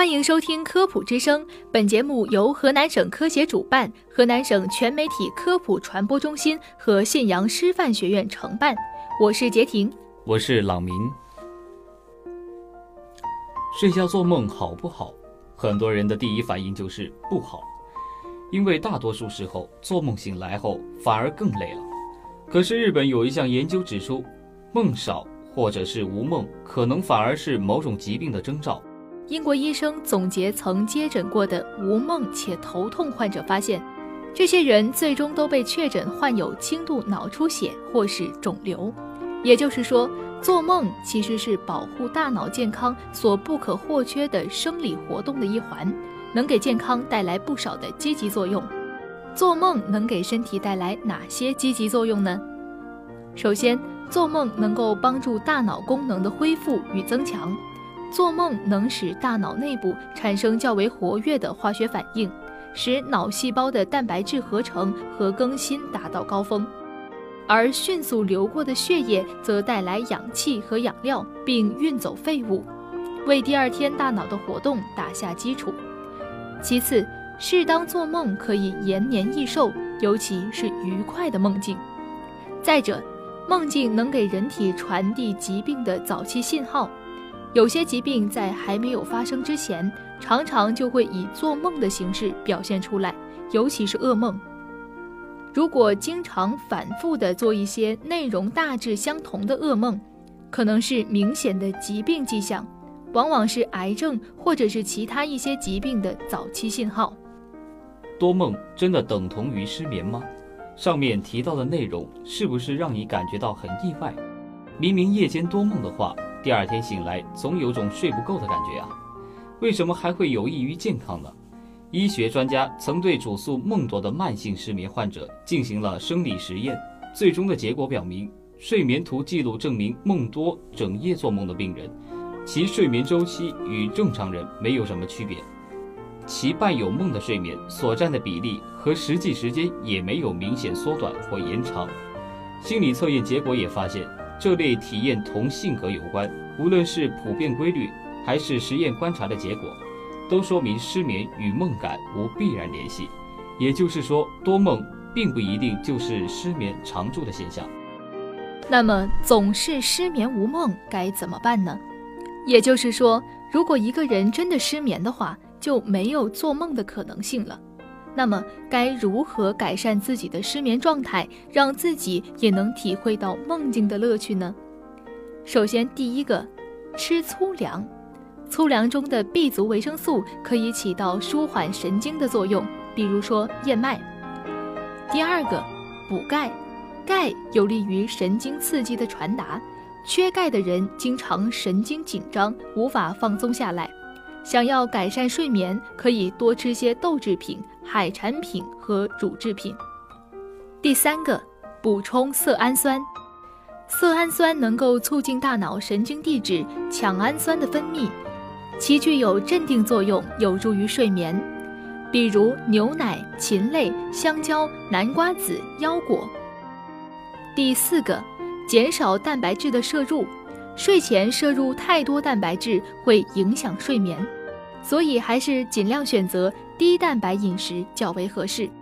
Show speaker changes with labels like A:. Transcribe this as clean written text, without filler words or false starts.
A: 欢迎收听科普之声，本节目由河南省科协主办，河南省全媒体科普传播中心和信阳师范学院承办。我是杰婷，
B: 我是朗明。睡觉做梦好不好？很多人的第一反应就是不好，因为大多数时候做梦醒来后反而更累了。可是日本有一项研究指出，梦少或者是无梦，可能反而是某种疾病的征兆。
A: 英国医生总结曾接诊过的无梦且头痛患者，发现这些人最终都被确诊患有轻度脑出血或是肿瘤。也就是说，做梦其实是保护大脑健康所不可或缺的生理活动的一环，能给健康带来不少的积极作用。做梦能给身体带来哪些积极作用呢？首先，做梦能够帮助大脑功能的恢复与增强。做梦能使大脑内部产生较为活跃的化学反应，使脑细胞的蛋白质合成和更新达到高峰，而迅速流过的血液则带来氧气和养料，并运走废物，为第二天大脑的活动打下基础。其次，适当做梦可以延年益寿，尤其是愉快的梦境。再者，梦境能给人体传递疾病的早期信号。有些疾病在还没有发生之前，常常就会以做梦的形式表现出来，尤其是噩梦。如果经常反复地做一些内容大致相同的噩梦，可能是明显的疾病迹象，往往是癌症或者是其他一些疾病的早期信号。
B: 多梦真的等同于失眠吗？上面提到的内容是不是让你感觉到很意外？明明夜间多梦的话，第二天醒来总有种睡不够的感觉啊，为什么还会有益于健康呢？医学专家曾对主诉梦多的慢性失眠患者进行了生理实验，最终的结果表明，睡眠图记录证明梦多整夜做梦的病人，其睡眠周期与正常人没有什么区别，其伴有梦的睡眠所占的比例和实际时间也没有明显缩短或延长。心理测验结果也发现，这类体验同性格有关，无论是普遍规律还是实验观察的结果，都说明失眠与梦感无必然联系。也就是说，多梦并不一定就是失眠常驻的现象。
A: 那么，总是失眠无梦该怎么办呢？也就是说，如果一个人真的失眠的话，就没有做梦的可能性了。那么该如何改善自己的失眠状态，让自己也能体会到梦境的乐趣呢？首先，第一个，吃粗粮。粗粮中的 B 族维生素可以起到舒缓神经的作用，比如说燕麦。第二个，补钙。钙有利于神经刺激的传达，缺钙的人经常神经紧张，无法放松下来。想要改善睡眠，可以多吃些豆制品、海产品和乳制品。第三个，补充色氨酸。色氨酸能够促进大脑神经递质羟氨酸的分泌，其具有镇定作用，有助于睡眠。比如牛奶、禽类、香蕉、南瓜子、腰果。第四个，减少蛋白质的摄入。睡前摄入太多蛋白质会影响睡眠，所以还是尽量选择低蛋白饮食较为合适。